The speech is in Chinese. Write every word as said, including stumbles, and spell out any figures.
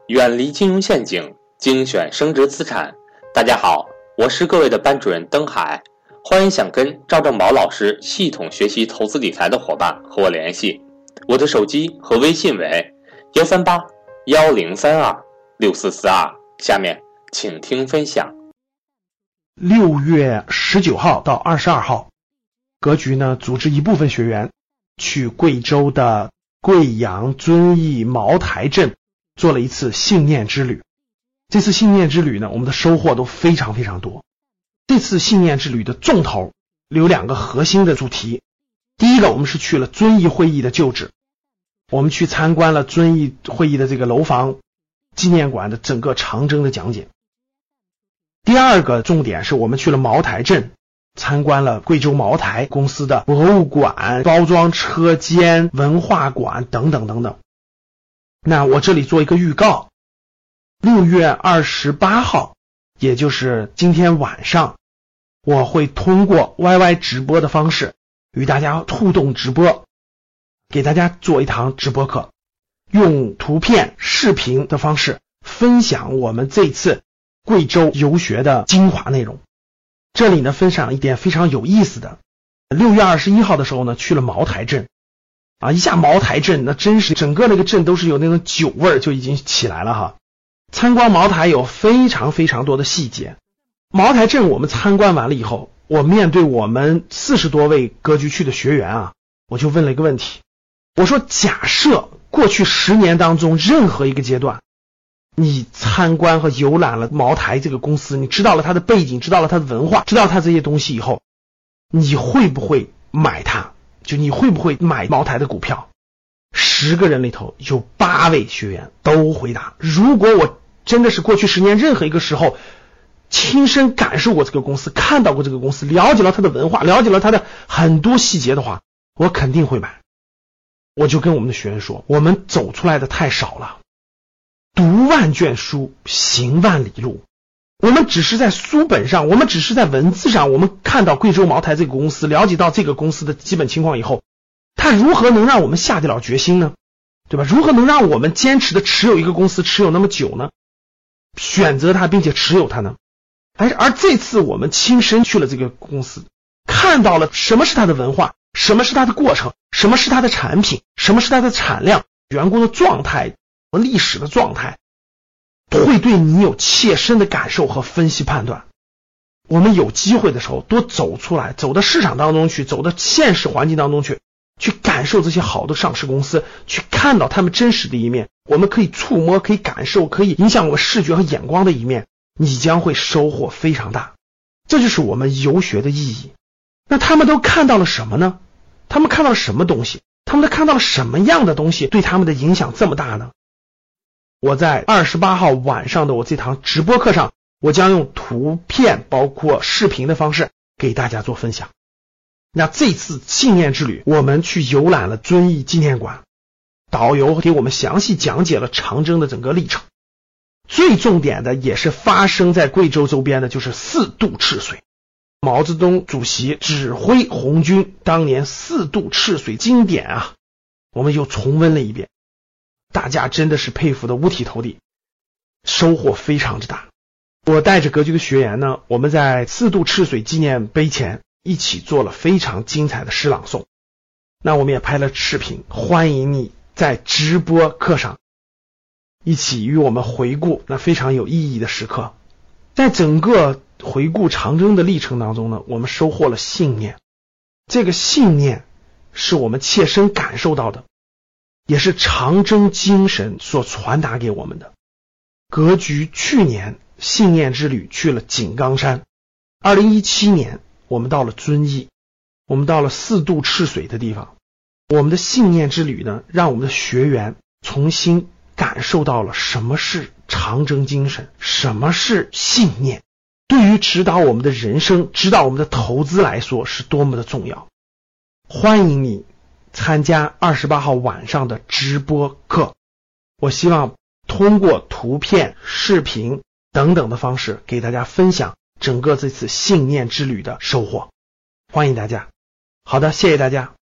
远离金融陷阱，精选升值资产。大家好，我是各位的班主任登海，欢迎想跟赵正宝老师系统学习投资理财的伙伴和我联系，我的手机和微信为幺三八幺零三二六四四二。下面请听分享。 六月十九号到二十二号，格局呢组织一部分学员去贵州的贵阳遵义茅台镇做了一次信念之旅。这次信念之旅呢，我们的收获都非常非常多。这次信念之旅的重头有两个核心的主题。第一个，我们是去了遵义会议的旧址，我们去参观了遵义会议的这个楼房纪念馆的整个长征的讲解。第二个重点是我们去了茅台镇，参观了贵州茅台公司的博物馆、包装车间、文化馆等等等等。那我这里做一个预告，六月二十八号，也就是今天晚上，我会通过 Y Y 直播的方式与大家互动直播，给大家做一堂直播课，用图片、视频的方式分享我们这次贵州游学的精华内容。这里呢分享一点非常有意思的，六月二十一号的时候呢去了茅台镇啊，一下茅台镇那真是整个那个镇都是有那种酒味儿就已经起来了哈。参观茅台有非常非常多的细节。茅台镇我们参观完了以后，我面对我们四十多位格局区的学员啊，我就问了一个问题，我说假设过去十年当中任何一个阶段，你参观和游览了茅台这个公司，你知道了它的背景，知道了它的文化，知道它这些东西以后，你会不会买它？就你会不会买茅台的股票？十个人里头有八位学员都回答，如果我真的是过去十年任何一个时候亲身感受过这个公司，看到过这个公司，了解了它的文化，了解了它的很多细节的话，我肯定会买。我就跟我们的学员说，我们走出来的太少了，读万卷书，行万里路。我们只是在书本上，我们只是在文字上，我们看到贵州茅台这个公司，了解到这个公司的基本情况以后，它如何能让我们下得了决心呢？对吧？如何能让我们坚持的持有一个公司持有那么久呢？选择它并且持有它呢？而而这次我们亲身去了这个公司，看到了什么是它的文化，什么是它的过程，什么是它的产品，什么是它的产量，员工的状态，历史的状态，会对你有切身的感受和分析判断。我们有机会的时候多走出来，走到市场当中去，走到现实环境当中去，去感受这些好的上市公司，去看到他们真实的一面，我们可以触摸，可以感受，可以影响我们视觉和眼光的一面，你将会收获非常大。这就是我们游学的意义。那他们都看到了什么呢？他们看到了什么东西？他们都看到了什么样的东西对他们的影响这么大呢？我在二十八号晚上的我这堂直播课上，我将用图片包括视频的方式给大家做分享。那这次信念之旅，我们去游览了遵义纪念馆，导游给我们详细讲解了长征的整个历程。最重点的也是发生在贵州周边的，就是四渡赤水。毛泽东主席指挥红军当年四渡赤水经典啊，我们又重温了一遍，大家真的是佩服的五体投地，收获非常之大。我带着格局的学员呢，我们在四渡赤水纪念碑前一起做了非常精彩的诗朗诵。那我们也拍了视频，欢迎你在直播课上一起与我们回顾那非常有意义的时刻。在整个回顾长征的历程当中呢，我们收获了信念。这个信念是我们切身感受到的，也是长征精神所传达给我们的。格局去年信念之旅去了井冈山，二零一七年我们到了遵义，我们到了四渡赤水的地方。我们的信念之旅呢，让我们的学员重新感受到了什么是长征精神，什么是信念，对于指导我们的人生，指导我们的投资来说是多么的重要。欢迎你参加二十八号晚上的直播课，我希望通过图片、视频等等的方式给大家分享整个这次信念之旅的收获，欢迎大家。好的，谢谢大家。